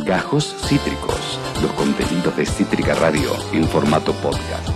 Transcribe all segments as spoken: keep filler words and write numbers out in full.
Gajos Cítricos, los contenidos de Cítrica Radio en formato podcast.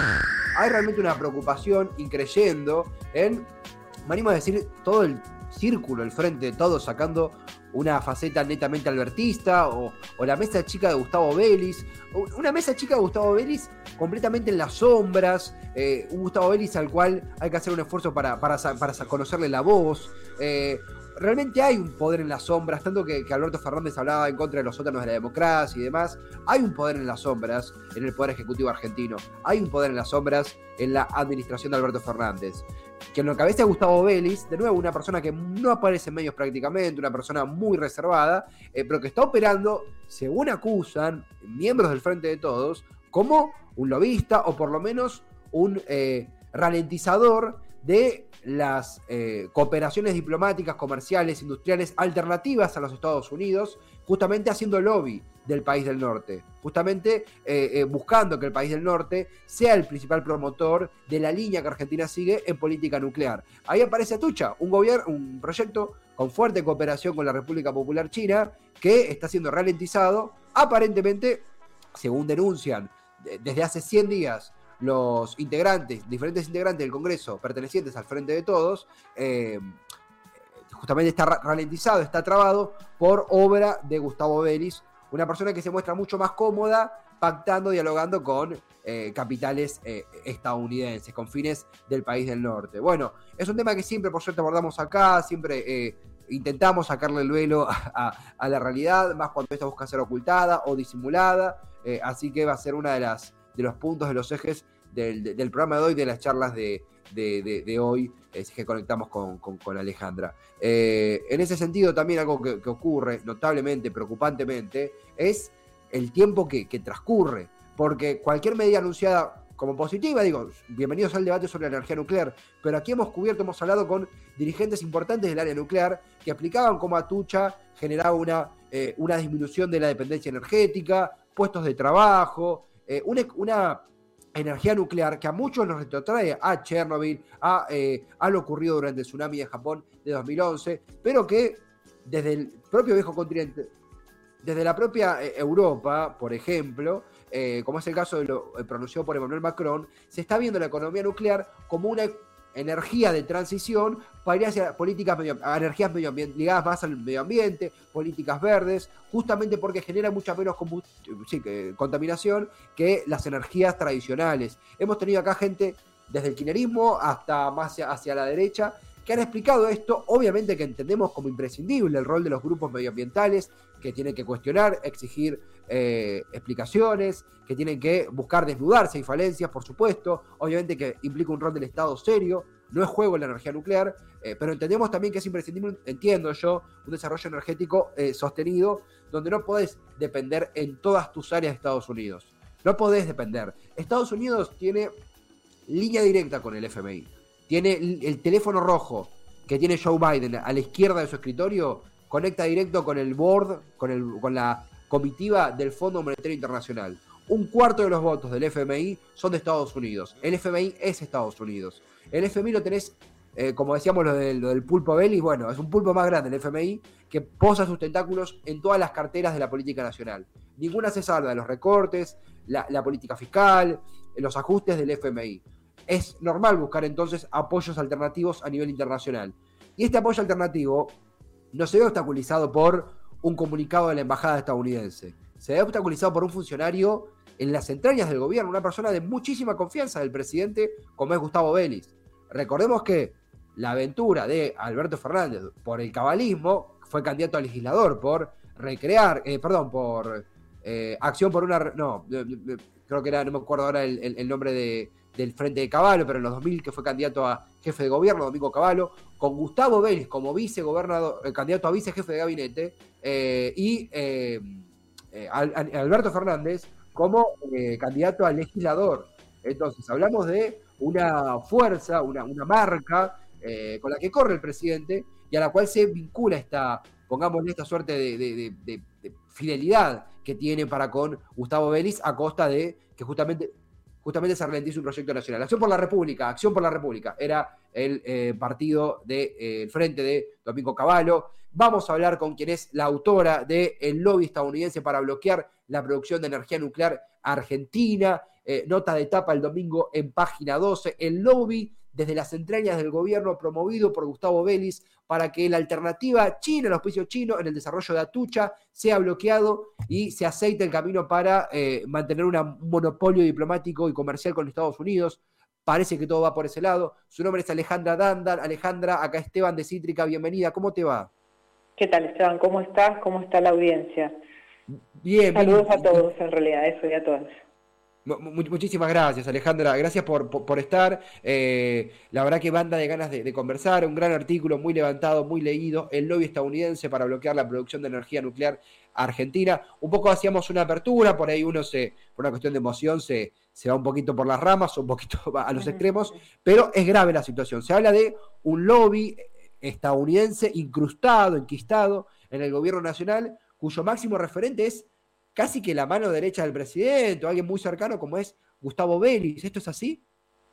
Hay realmente una preocupación increyendo en, me animo a decir, todo el círculo, el frente de todos, sacando una faceta netamente albertista, o, o la mesa chica de Gustavo Vélez, una mesa chica de Gustavo Vélez completamente en las sombras, eh, un Gustavo Vélez al cual hay que hacer un esfuerzo para, para, para conocerle la voz. Eh, realmente hay un poder en las sombras, tanto que, que Alberto Fernández hablaba en contra de los sótanos de la democracia y demás. Hay un poder en las sombras en el Poder Ejecutivo argentino, hay un poder en las sombras en la administración de Alberto Fernández. Que en lo cabeza de Gustavo Vélez, de nuevo una persona que no aparece en medios prácticamente, una persona muy reservada, eh, pero que está operando, según acusan miembros del Frente de Todos, como un lobista o por lo menos un eh, ralentizador de las eh, cooperaciones diplomáticas, comerciales, industriales alternativas a los Estados Unidos, justamente haciendo lobby del país del norte, justamente eh, eh, buscando que el país del norte sea el principal promotor de la línea que Argentina sigue en política nuclear. Ahí aparece Atucha, un gobierno, un proyecto con fuerte cooperación con la República Popular China, que está siendo ralentizado, aparentemente, según denuncian desde hace cien días, los integrantes, diferentes integrantes del Congreso pertenecientes al Frente de Todos, eh, justamente está ralentizado, está trabado por obra de Gustavo Vélez, una persona que se muestra mucho más cómoda pactando, dialogando con eh, capitales eh, estadounidenses, con fines del país del norte. Bueno, es un tema que siempre, por suerte, abordamos acá, siempre eh, intentamos sacarle el velo a, a, a la realidad, más cuando esta busca ser ocultada o disimulada, eh, así que va a ser una de las de los puntos, de los ejes del, del programa de hoy, de las charlas de, de, de, de hoy, es que conectamos con, con, con Alejandra. Eh, en ese sentido, también algo que, que ocurre notablemente, preocupantemente, es el tiempo que, que transcurre, porque cualquier medida anunciada como positiva, digo, bienvenidos al debate sobre la energía nuclear, pero aquí hemos cubierto, hemos hablado con dirigentes importantes del área nuclear que explicaban cómo Atucha generaba una, eh, una disminución de la dependencia energética, puestos de trabajo, Eh, una, una energía nuclear que a muchos nos retrotrae a Chernobyl, a, eh, a lo ocurrido durante el tsunami de Japón de dos mil once, pero que desde el propio viejo continente, desde la propia eh, Europa, por ejemplo, eh, como es el caso de lo eh, pronunciado por Emmanuel Macron, se está viendo la economía nuclear como una energía de transición para ir hacia políticas medio, a energías medio ligadas más al medio ambiente, políticas verdes, justamente porque genera mucha menos sí, que, contaminación que las energías tradicionales. Hemos tenido acá gente desde el kirchnerismo hasta más hacia, hacia la derecha que han explicado esto, obviamente que entendemos como imprescindible el rol de los grupos medioambientales, que tienen que cuestionar, exigir eh, explicaciones, que tienen que buscar desnudarse y falencias, por supuesto, obviamente que implica un rol del Estado serio, no es juego la energía nuclear, eh, pero entendemos también que es imprescindible, entiendo yo, un desarrollo energético eh, sostenido, donde no podés depender en todas tus áreas de Estados Unidos, no podés depender. Estados Unidos tiene línea directa con el F M I, tiene el teléfono rojo que tiene Joe Biden a la izquierda de su escritorio, conecta directo con el board, con, el, con la comitiva del Fondo Monetario Internacional. Un cuarto de los votos del F M I son de Estados Unidos. El F M I es Estados Unidos. El F M I lo tenés, eh, como decíamos lo del, lo del pulpo Vélez, bueno, es un pulpo más grande el F M I que posa sus tentáculos en todas las carteras de la política nacional. Ninguna se salva de los recortes, la, la política fiscal, los ajustes del F M I. Es normal buscar entonces apoyos alternativos a nivel internacional. Y este apoyo alternativo no se ve obstaculizado por un comunicado de la embajada estadounidense. Se ve obstaculizado por un funcionario en las entrañas del gobierno, una persona de muchísima confianza del presidente, como es Gustavo Vélez. Recordemos que la aventura de Alberto Fernández por el cabalismo, fue candidato a legislador por recrear, eh, perdón, por eh, acción por una... No, creo que era, no me acuerdo ahora el, el, el nombre de... del Frente de Cavallo, pero en los dos mil que fue candidato a jefe de gobierno, Domingo Cavallo, con Gustavo Vélez como vicegobernador, eh, candidato a vicejefe de gabinete, eh, y eh, eh, Alberto Fernández como eh, candidato a legislador. Entonces, hablamos de una fuerza, una, una marca eh, con la que corre el presidente y a la cual se vincula esta, pongámosle esta suerte de, de, de, de, de fidelidad que tiene para con Gustavo Vélez a costa de que justamente justamente se ralentice un proyecto nacional. Acción por la República, Acción por la República, era el eh, partido del de, eh, frente de Domingo Cavallo. Vamos a hablar con quien es la autora del lobby estadounidense para bloquear la producción de energía nuclear argentina. Eh, nota de tapa el domingo en Página doce. El lobby desde las entrañas del gobierno promovido por Gustavo Vélez para que la alternativa china, el auspicio chino en el desarrollo de Atucha sea bloqueado y se aceite el camino para eh, mantener una, un monopolio diplomático y comercial con Estados Unidos. Parece que todo va por ese lado. Su nombre es Alejandra Dandan. Alejandra, acá Esteban de Cítrica, bienvenida. ¿Cómo te va? ¿Qué tal, Esteban? ¿Cómo estás? ¿Cómo está la audiencia? Bien. Saludos bien. a todos, en realidad, eso y a todas. Muchísimas gracias, Alejandra. Gracias por, por, por estar. Eh, la verdad que banda de ganas de, de conversar. Un gran artículo, muy levantado, muy leído. El lobby estadounidense para bloquear la producción de energía nuclear argentina. Un poco hacíamos una apertura, por ahí uno se, por una cuestión de emoción, se, se va un poquito por las ramas, un poquito a los extremos, pero es grave la situación. Se habla de un lobby estadounidense incrustado, enquistado en el gobierno nacional, cuyo máximo referente es casi que la mano derecha del presidente, o alguien muy cercano como es Gustavo Vélez. ¿Esto es así?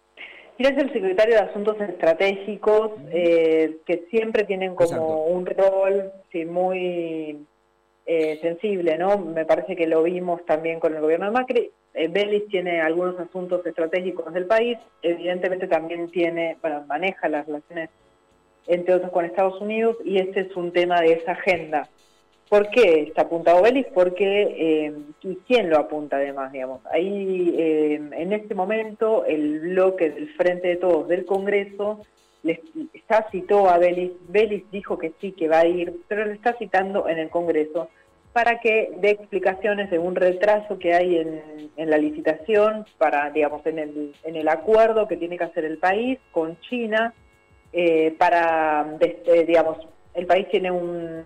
Mira, es el secretario de Asuntos Estratégicos, eh, que siempre tienen como Exacto. un rol sí, muy eh, sensible, ¿no? Me parece que lo vimos también con el gobierno de Macri. Eh, Vélez tiene algunos asuntos estratégicos del país, evidentemente también tiene, bueno, maneja las relaciones entre otros con Estados Unidos, y este es un tema de esa agenda. ¿Por qué está apuntado Vélez? Porque, eh, ¿y quién lo apunta además, digamos? Ahí, eh, en este momento, el bloque del Frente de Todos del Congreso les, está citó a Vélez. Vélez dijo que sí, que va a ir, pero le está citando en el Congreso para que dé explicaciones de un retraso que hay en, en la licitación, para, digamos, en el, en el acuerdo que tiene que hacer el país con China, eh, para, eh, digamos, el país tiene un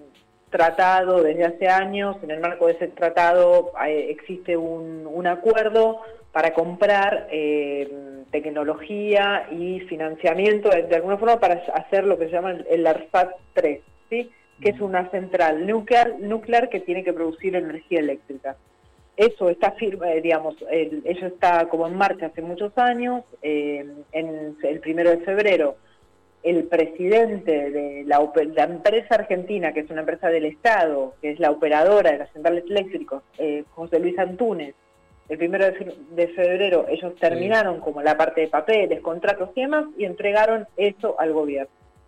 tratado desde hace años. En el marco de ese tratado eh, existe un, un acuerdo para comprar eh, tecnología y financiamiento de, de alguna forma para hacer lo que se llama el, el ARSAT tres, ¿sí? Que es una central nuclear, nuclear que tiene que producir energía eléctrica. Eso está firme, digamos, el, eso está como en marcha hace muchos años. Eh, en el primero de febrero el presidente de la, la empresa argentina, que es una empresa del Estado, que es la operadora de las centrales eléctricas, eh, José Luis Antunes, el primero de febrero ellos terminaron sí. como la parte de papeles, contratos y demás, y entregaron eso al gobierno.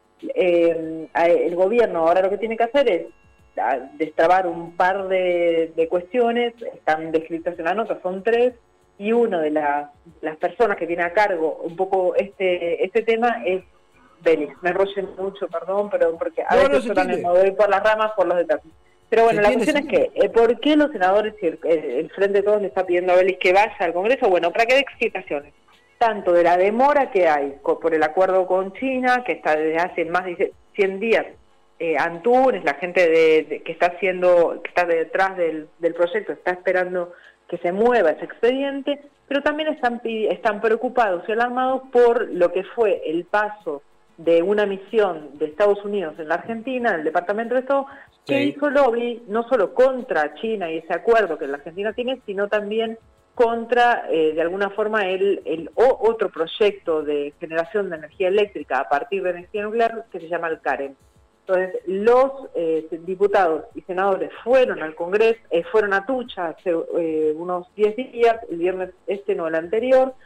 Eh, el gobierno ahora lo que tiene que hacer es destrabar un par de, de cuestiones, están descritas en la nota, son tres, y una de las, las personas que tiene a cargo un poco este, este tema es Vélez. Me enrollé mucho, perdón, pero porque a no, veces no me voy por las ramas por los detalles. Pero bueno, la cuestión es que, eh, ¿por qué los senadores y el, el Frente de Todos le está pidiendo a Vélez que vaya al Congreso? Bueno, para que dé explicaciones, tanto de la demora que hay por el acuerdo con China, que está desde hace más de cien días, eh, Antunes, la gente de, de, que está haciendo, que está detrás del, del proyecto, está esperando que se mueva ese expediente, pero también están, están preocupados y alarmados por lo que fue el paso de una misión de Estados Unidos en la Argentina, en el Departamento de Estado, que sí. hizo lobby no solo contra China y ese acuerdo que la Argentina tiene, sino también contra, eh, de alguna forma, el, el o, otro proyecto de generación de energía eléctrica a partir de energía nuclear que se llama el CAREN. Entonces, los eh, diputados y senadores fueron al Congreso, eh, fueron a Atucha hace eh, unos diez días, el viernes este no el anterior.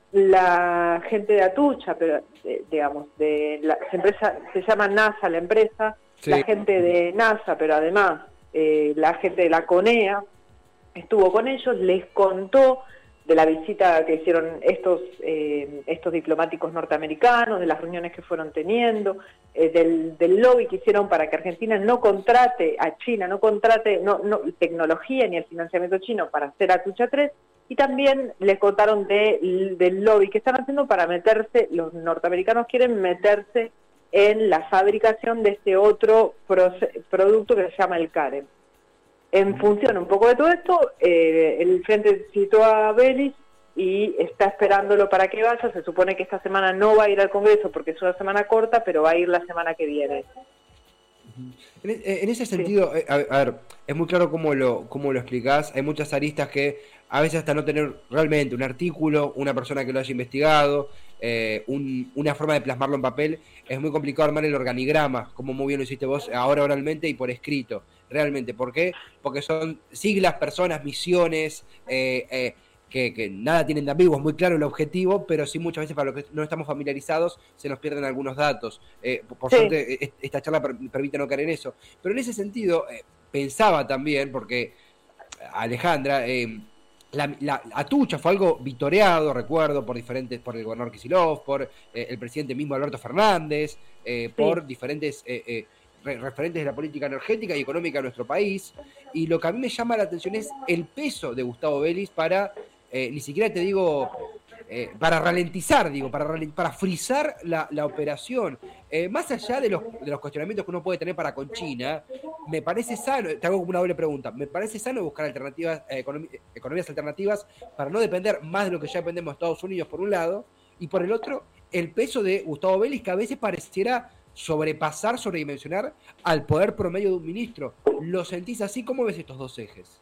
La gente de Atucha, pero eh, digamos, de la empresa, se llama NASA la empresa, sí. la gente de NASA, pero además eh, la gente de la CONEA estuvo con ellos, les contó de la visita que hicieron estos eh, estos diplomáticos norteamericanos, de las reuniones que fueron teniendo, eh, del, del lobby que hicieron para que Argentina no contrate a China, no contrate no, no tecnología ni el financiamiento chino para hacer Atucha tres, y también les contaron de, del lobby que están haciendo para meterse, los norteamericanos quieren meterse en la fabricación de este otro producto que se llama el CAREN. En función un poco de todo esto, eh, el Frente citó a Vélez y está esperándolo para que vaya. Se supone que esta semana no va a ir al Congreso porque es una semana corta, pero va a ir la semana que viene. En, en ese sentido, sí. a, a ver, es muy claro cómo lo, cómo lo explicás. Hay muchas aristas que a veces hasta no tener realmente un artículo, una persona que lo haya investigado, eh, un, una forma de plasmarlo en papel, es muy complicado armar el organigrama, como muy bien lo hiciste vos ahora oralmente y por escrito, realmente. ¿Por qué? Porque son siglas, personas, misiones, eh, eh, Que, que nada tienen de ambiguo, es muy claro el objetivo, pero sí muchas veces para los que no estamos familiarizados se nos pierden algunos datos. Eh, por sí. suerte, esta charla per, permite no caer en eso. Pero en ese sentido, eh, pensaba también, porque Alejandra, eh, la, la Atucha fue algo vitoreado, recuerdo, por diferentes, por el gobernador Kicillof, por eh, el presidente mismo Alberto Fernández, eh, sí. por diferentes eh, eh, referentes de la política energética y económica de nuestro país. Y lo que a mí me llama la atención es el peso de Gustavo Vélez para... Eh, ni siquiera te digo eh, para ralentizar, digo, para, para frizar la, la operación. Eh, más allá de los, de los cuestionamientos que uno puede tener para con China, me parece sano, te hago como una doble pregunta, me parece sano buscar alternativas, eh, econom, economías alternativas para no depender más de lo que ya dependemos de Estados Unidos por un lado, y por el otro, el peso de Gustavo Vélez que a veces pareciera sobrepasar, sobredimensionar al poder promedio de un ministro. ¿Lo sentís así? ¿Cómo ves estos dos ejes?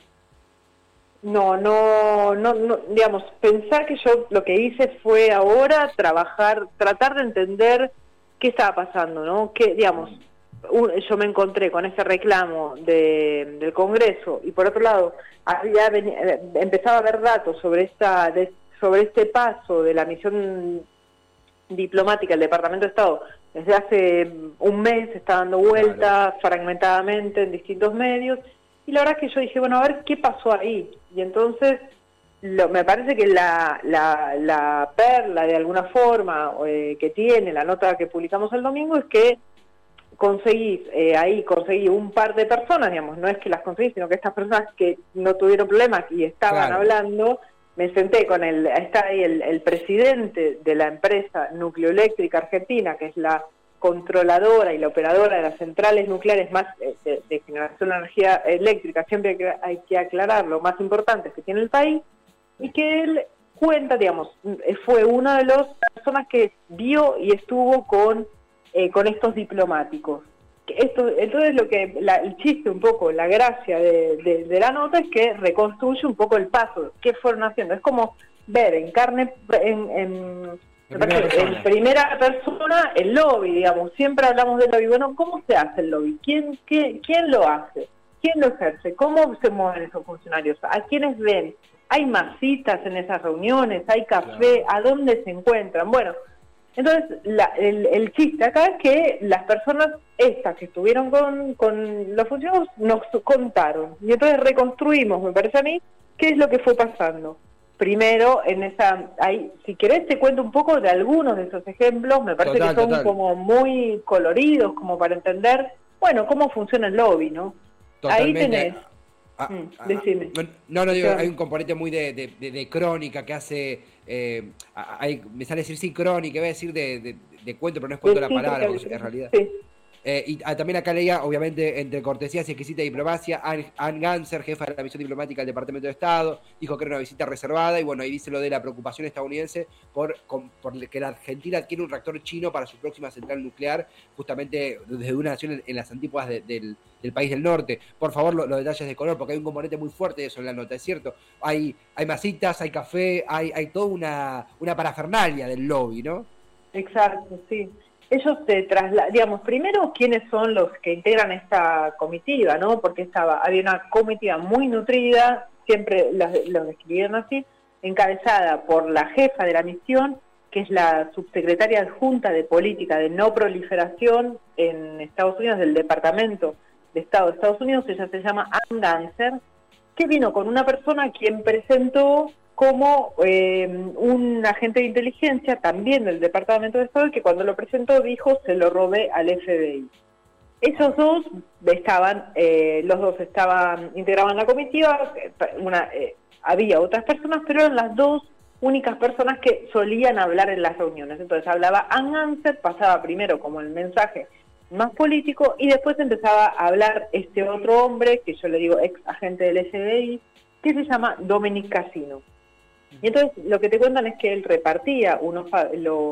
No, no, no, no, digamos, pensar que yo lo que hice fue ahora trabajar, tratar de entender qué estaba pasando, ¿no? Que, digamos, un, yo me encontré con ese reclamo de, del Congreso y por otro lado había empezaba a haber datos sobre esta, de, sobre este paso de la misión diplomática del Departamento de Estado desde hace un mes, está dando vueltas claro. fragmentadamente en distintos medios. Y la verdad es que yo dije, bueno, a ver qué pasó ahí. Y entonces, lo, me parece que la, la, la perla, de alguna forma, eh, que tiene la nota que publicamos el domingo, es que conseguís, eh, ahí conseguí un par de personas, digamos, no es que las conseguí, sino que estas personas que no tuvieron problemas y estaban claro. hablando, me senté con el, está ahí el, el presidente de la empresa Nucleoeléctrica Argentina, que es la controladora y la operadora de las centrales nucleares más de, de, de generación de energía eléctrica, siempre hay que, hay que aclarar lo más importante que tiene el país, y que él cuenta, digamos, fue una de las personas que vio y estuvo con, eh, con estos diplomáticos. Esto, entonces lo que la, el chiste un poco, la gracia de, de, de la nota es que reconstruye un poco el paso, qué fueron haciendo. Es como ver en carne, en, en En primera, en primera persona el lobby, digamos, siempre hablamos del lobby. Bueno, ¿cómo se hace el lobby? ¿Quién, qué, quién lo hace? ¿Quién lo ejerce? ¿Cómo se mueven esos funcionarios? ¿A quiénes ven? ¿Hay masitas en esas reuniones? ¿Hay café? ¿A dónde se encuentran? Bueno, entonces la, el, el chiste acá es que las personas estas que estuvieron con, con los funcionarios nos contaron. Y entonces reconstruimos, me parece a mí, qué es lo que fue pasando. Primero, en esa, ahí, si querés te cuento un poco de algunos de esos ejemplos, me parece total, que son total. como muy coloridos, como para entender, bueno, cómo funciona el lobby, ¿no? Totalmente. Ahí tenés, ah, mm, ah, decime. No, no, digo, hay un componente muy de, de, de, de crónica que hace, eh, hay, me sale decir sí crónica, voy a decir de, de, de cuento, pero no es cuento sí, la palabra, sí, en realidad. Sí. Eh, y ah, también acá leía, obviamente, entre cortesías y exquisita diplomacia, Anne, Anne Ganser, jefa de la misión diplomática del Departamento de Estado, dijo que era una visita reservada, y bueno, ahí dice lo de la preocupación estadounidense por, con, por que la Argentina adquiere un reactor chino para su próxima central nuclear, justamente desde una nación en, en las antípodas de, del, del país del norte. Por favor, lo, los detalles de color, porque hay un componente muy fuerte de eso en la nota, es cierto. Hay, hay masitas, hay café, hay, hay toda una, una parafernalia del lobby, ¿no? Exacto, sí. Ellos se trasladan, digamos, primero, ¿quiénes son los que integran esta comitiva, no? Porque estaba, había una comitiva muy nutrida, siempre lo describieron así, encabezada por la jefa de la misión, que es la subsecretaria adjunta de Política de No Proliferación en Estados Unidos, del Departamento de Estado de Estados Unidos. Ella se llama Anne Ganser, que vino con una persona a quien presentó como eh, un agente de inteligencia, también del Departamento de Estado, que cuando lo presentó dijo, se lo robé al F B I. Esos dos estaban, eh, los dos estaban, integraban la comitiva, una, eh, había otras personas, pero eran las dos únicas personas que solían hablar en las reuniones. Entonces hablaba Anne Ganser, pasaba primero como el mensaje más político, y después empezaba a hablar este otro hombre, que yo le digo ex agente del F B I, que se llama Dominic Cassino. Y entonces lo que te cuentan es que él repartía unos los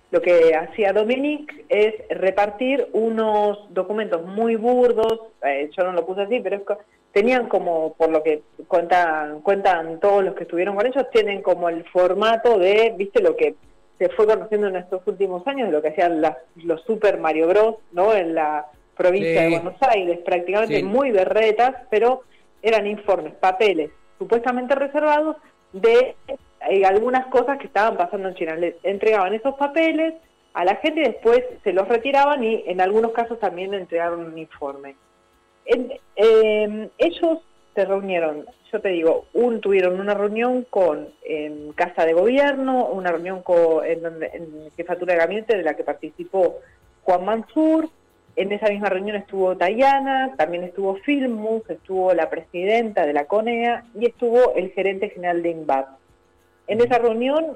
lo que hacía Dominique es repartir unos documentos muy burdos, eh, yo no lo puse así, pero es que tenían como, por lo que cuentan, cuentan todos los que estuvieron con ellos, tienen como el formato de, viste, lo que se fue conociendo en estos últimos años, de lo que hacían las, los Super Mario Bros, ¿no? En la provincia sí. de Buenos Aires, prácticamente sí. muy berretas, pero eran informes, papeles, supuestamente reservados, de eh, algunas cosas que estaban pasando en China. Les entregaban esos papeles a la gente y después se los retiraban y en algunos casos también entregaron un informe. En, eh, ellos se reunieron, yo te digo, un, tuvieron una reunión con en Casa de Gobierno, una reunión con, en, en Jefatura de Gabinete de la que participó Juan Mansur. En esa misma reunión estuvo Tayana, también estuvo Filmus, estuvo la presidenta de la CONEA y estuvo el gerente general de INVAP. En esa reunión,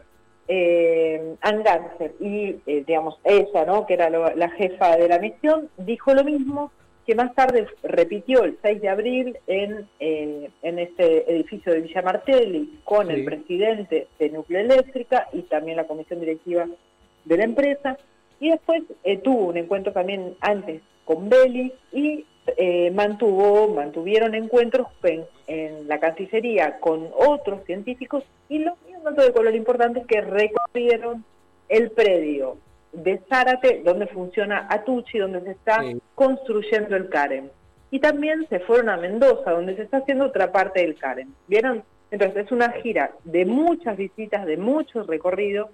eh, Anne Ganser y, eh, digamos, ella, ¿no?, que era lo, la jefa de la misión, dijo lo mismo, que más tarde repitió el seis de abril en, eh, en este edificio de Villa Martelli con sí. el presidente de Nucleoeléctrica y también la comisión directiva de la empresa. Y después eh, tuvo un encuentro también antes con Belli y eh, mantuvo, mantuvieron encuentros en, en la Cancillería con otros científicos y lo, y un dato de color importante es que recorrieron el predio de Zárate, donde funciona Atuchi, donde se está sí. construyendo el CAREM. Y también se fueron a Mendoza, donde se está haciendo otra parte del CAREM. ¿Vieron? Entonces es una gira de muchas visitas, de mucho recorrido,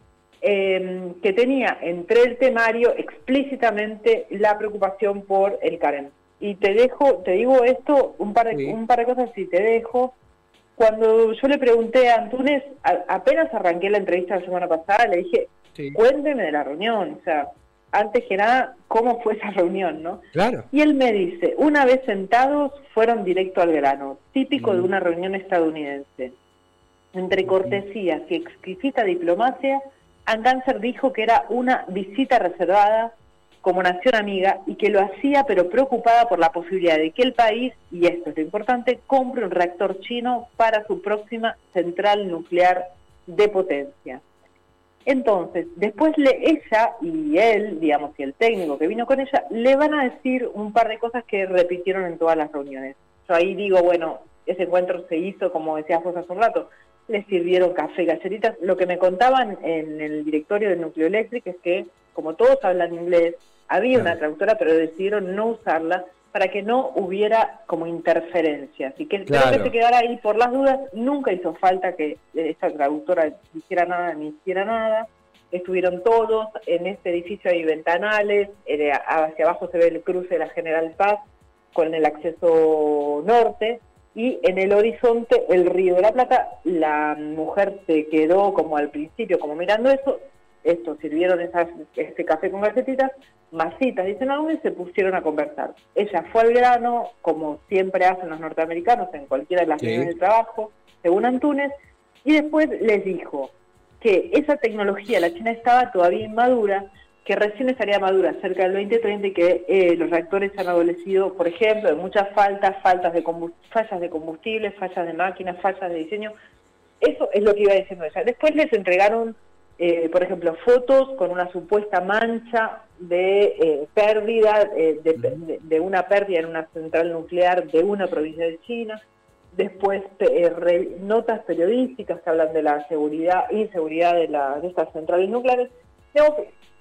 Eh, que tenía entre el temario explícitamente la preocupación por el CAREM. Y te dejo, te digo esto, un par de, sí. un par de cosas sí te dejo. Cuando yo le pregunté a Antúnez, a, apenas arranqué la entrevista la semana pasada, le dije, sí. cuénteme de la reunión, o sea, antes que nada, ¿cómo fue esa reunión, no? Claro. Y él me dice, una vez sentados, fueron directo al grano, típico mm. de una reunión estadounidense. Entre cortesías y exquisita diplomacia, Anne Ganser dijo que era una visita reservada como nación amiga y que lo hacía pero preocupada por la posibilidad de que el país, y esto es lo importante, compre un reactor chino para su próxima central nuclear de potencia. Entonces, después le, ella y él, digamos, y el técnico que vino con ella, le van a decir un par de cosas que repitieron en todas las reuniones. Yo ahí digo, bueno, ese encuentro se hizo, como decías vos hace un rato, les sirvieron café, galletitas. Lo que me contaban en el directorio de Nucleoeléctrica es que, como todos hablan inglés, había claro. una traductora, pero decidieron no usarla para que no hubiera como interferencias. Y que claro. que se quedara ahí por las dudas. Nunca hizo falta que esta traductora hiciera nada ni hiciera nada. Estuvieron todos, en este edificio hay ventanales, hacia abajo se ve el cruce de la General Paz con el acceso norte, y en el horizonte el Río de la Plata. La mujer se quedó como al principio, como mirando eso, esto, sirvieron esas, este café con galletitas, masitas, dicen algunos, y se pusieron a conversar. Ella fue al grano, como siempre hacen los norteamericanos en cualquiera de las reuniones sí. de trabajo, según Antúnez, y después les dijo que esa tecnología, la China estaba todavía inmadura, que recién estaría madura cerca del veinte treinta y que eh, los reactores han adolecido, por ejemplo, de muchas faltas, faltas de fallas de combustible, fallas de máquinas, fallas de diseño. Eso es lo que iba diciendo ella. Después les entregaron, eh, por ejemplo, fotos con una supuesta mancha de eh, pérdida, eh, de, de, de una pérdida en una central nuclear de una provincia de China. Después eh, re, notas periodísticas que hablan de la seguridad, inseguridad de, la, de estas centrales nucleares. Digamos,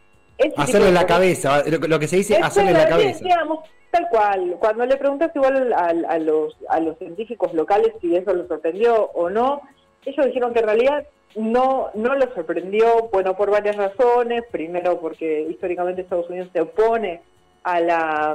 hacerle la cabeza, lo que se dice, hacerle la cabeza. Digamos, tal cual. Cuando le preguntas igual a, a, los, a los científicos locales si eso los sorprendió o no, ellos dijeron que en realidad no, no los sorprendió, bueno, por varias razones. Primero, porque históricamente Estados Unidos se opone a la...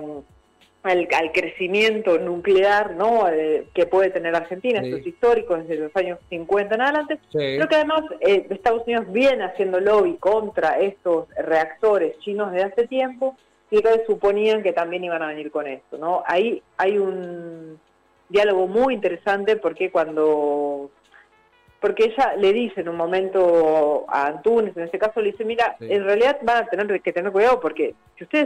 Al, al crecimiento nuclear, ¿no?, eh, que puede tener Argentina, sí. Esto es histórico, desde los años cincuenta en adelante. Sí. Creo que además eh, Estados Unidos viene haciendo lobby contra estos reactores chinos desde hace tiempo, y que suponían que también iban a venir con esto, ¿no? Ahí hay un diálogo muy interesante, porque cuando... Porque ella le dice en un momento a Antúnez, en este caso, le dice, mira, sí. en realidad van a tener que tener cuidado, porque si ustedes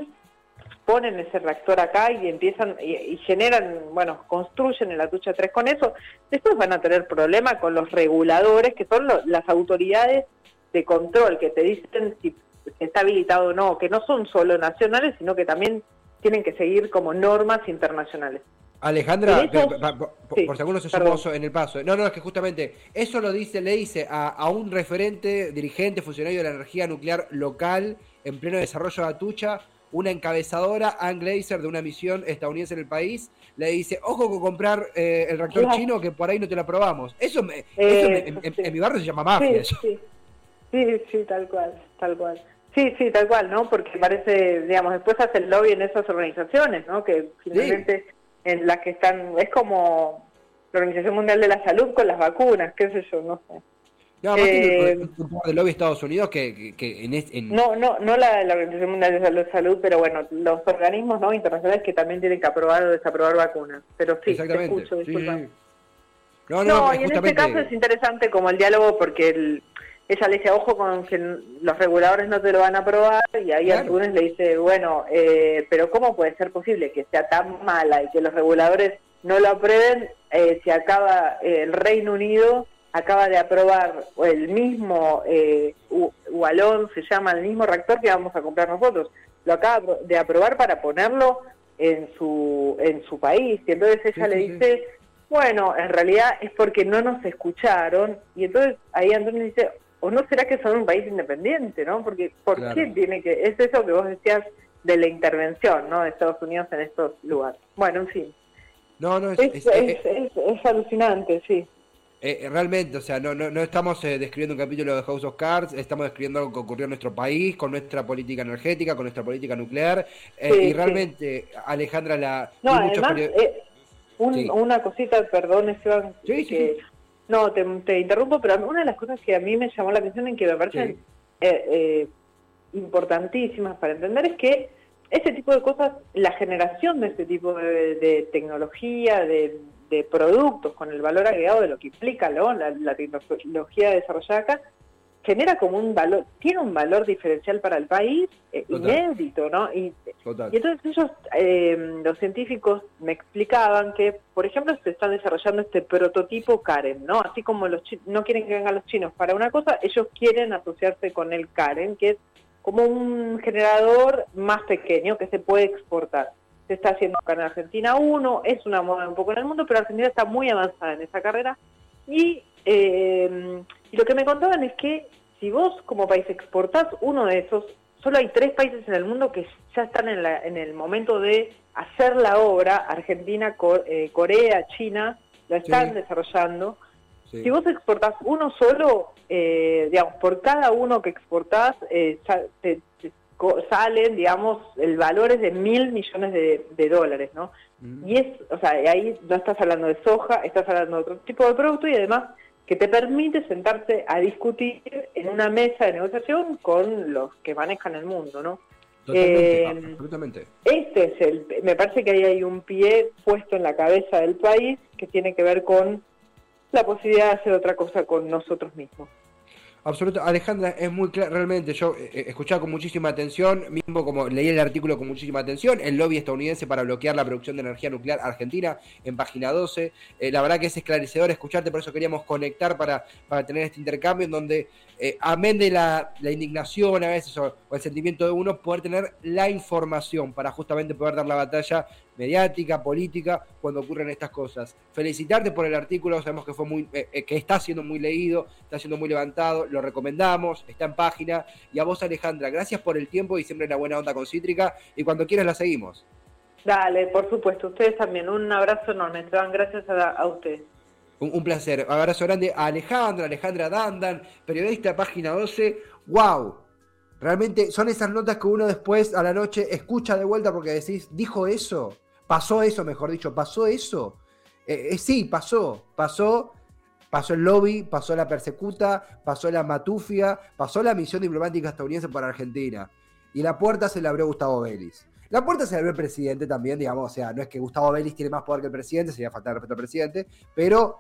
ponen ese reactor acá y empiezan y, y generan, bueno, construyen el Atucha tres con eso, después van a tener problemas con los reguladores, que son lo, las autoridades de control, que te dicen si si está habilitado o no, que no son solo nacionales, sino que también tienen que seguir como normas internacionales. Alejandra, ellos, por, por, sí, por si alguno se sumó en el paso. No, no, es que justamente eso lo dice, le dice a, a un referente, dirigente, funcionario de la energía nuclear local en pleno desarrollo de Atucha, una encabezadora, Ann Glaser, de una misión estadounidense en el país, le dice, ojo con comprar eh, el reactor claro. chino, que por ahí no te lo aprobamos. Eso, me, eh, eso me, en, sí. en mi barrio se llama mafia. Sí, eso. Sí. sí, sí, tal cual, tal cual. Sí, sí, tal cual, ¿no? Porque parece, digamos, después hace el lobby en esas organizaciones, ¿no? Que finalmente... Sí. En las que están, es como la Organización Mundial de la Salud con las vacunas, qué sé yo, no sé. No, además eh, tiene un poco de lobby de Estados Unidos que, que, que en, en... No, no, no la, la Organización Mundial de la Salud, pero bueno, los organismos no internacionales que también tienen que aprobar o desaprobar vacunas. Pero sí, exactamente. te escucho, disculpa. Sí, sí. No, no, no y justamente... en este caso es interesante como el diálogo porque el, ella le dice, ojo con que los reguladores no te lo van a aprobar, y ahí claro. Antunes le dice, bueno, eh, pero ¿cómo puede ser posible que sea tan mala y que los reguladores no lo aprueben eh, si acaba eh, el Reino Unido acaba de aprobar el mismo eh, Wallon, se llama, el mismo reactor que vamos a comprar nosotros, lo acaba de aprobar para ponerlo en su en su país, y entonces ella sí, le sí, dice, sí. bueno, en realidad es porque no nos escucharon, y entonces ahí Antunes dice, ¿o no será que son un país independiente, no? Porque, ¿por claro. qué tiene que...? Es eso que vos decías de la intervención, ¿no? De Estados Unidos en estos lugares. Bueno, en fin. No, no, es... Es, es, es, es, es, es alucinante, sí. Eh, realmente, o sea, no, no, no estamos eh, describiendo un capítulo de House of Cards, estamos describiendo algo que ocurrió en nuestro país, con nuestra política energética, con nuestra política nuclear, eh, sí, y realmente, sí. Alejandra, la... No, además, eh, un, sí. una cosita, perdón, Esteban, sí, que... Sí. No, te, te interrumpo, pero una de las cosas que a mí me llamó la atención y que me parecen sí. eh, eh, importantísimas para entender es que este tipo de cosas, la generación de este tipo de, de tecnología, de, de productos con el valor agregado de lo que implica, ¿no? la, la tecnología desarrollada acá, genera como un valor, tiene un valor diferencial para el país eh, inédito, ¿no? Y, y entonces ellos, eh, los científicos me explicaban que, por ejemplo, se están desarrollando este prototipo Karen, ¿no? Así como los chi- no quieren que vengan los chinos para una cosa, ellos quieren asociarse con el Karen, que es como un generador más pequeño que se puede exportar. Se está haciendo acá en Argentina uno, es una moda un poco en el mundo, pero Argentina está muy avanzada en esa carrera. Y, eh, y lo que me contaban es que si vos como país exportás uno de esos, solo hay tres países en el mundo que ya están en, la, en el momento de hacer la obra, Argentina, Co- eh, Corea, China, la están sí. desarrollando. Sí. Si vos exportás uno solo, eh, digamos, por cada uno que exportás, eh, te, te salen, digamos, el valor es de mil millones de, de dólares, ¿no? Mm. Y es, o sea, ahí no estás hablando de soja, estás hablando de otro tipo de producto y además que te permite sentarte a discutir en una mesa de negociación con los que manejan el mundo, ¿no? Totalmente, eh, absolutamente. Este es el, me parece que ahí hay un pie puesto en la cabeza del país que tiene que ver con la posibilidad de hacer otra cosa con nosotros mismos. Absolutamente, Alejandra, es muy claro, realmente, yo he escuchado con muchísima atención, mismo como leí el artículo con muchísima atención, el lobby estadounidense para bloquear la producción de energía nuclear argentina, en página doce, eh, la verdad que es esclarecedor escucharte, por eso queríamos conectar para, para tener este intercambio en donde, eh, amén de la, la indignación a veces o, o el sentimiento de uno, poder tener la información para justamente poder dar la batalla mediática, política, cuando ocurren estas cosas. Felicitarte por el artículo, sabemos que fue muy, eh, que está siendo muy leído, está siendo muy levantado, lo recomendamos, está en página. Y a vos, Alejandra, gracias por el tiempo y siempre la buena onda con Cítrica, y cuando quieras la seguimos. Dale, por supuesto, ustedes también, un abrazo enorme, Esteban, gracias a, a ustedes. Un, un placer, abrazo grande a Alejandra, Alejandra Dandan, periodista Página doce, wow. Realmente son esas notas que uno después a la noche escucha de vuelta porque decís, dijo eso, pasó eso, mejor dicho, pasó eso. Eh, eh, sí, pasó, pasó, pasó el lobby, pasó la persecuta, pasó la matufia, pasó la misión diplomática estadounidense para Argentina. Y la puerta se la abrió Gustavo Vélez. La puerta se la abrió el presidente también, digamos, o sea, no es que Gustavo Vélez tiene más poder que el presidente, sería faltar respeto al presidente, pero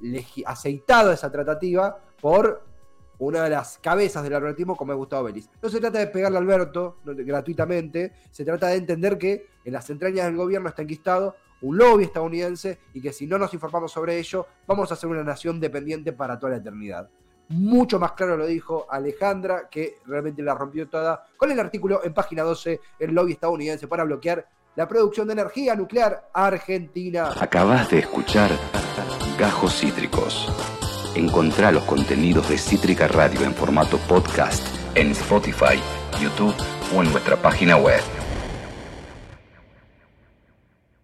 aceitado esa tratativa por una de las cabezas del albertismo como es Gustavo Vélez. No se trata de pegarle a Alberto no, gratuitamente, se trata de entender que en las entrañas del gobierno está enquistado un lobby estadounidense y que si no nos informamos sobre ello, vamos a ser una nación dependiente para toda la eternidad. mucho más claro lo dijo Alejandra, que realmente la rompió toda, con el artículo en página doce, el lobby estadounidense para bloquear la producción de energía nuclear argentina. Acabas de escuchar Gajos Cítricos. Encontrá los contenidos de Cítrica Radio en formato podcast en Spotify, YouTube o en nuestra página web.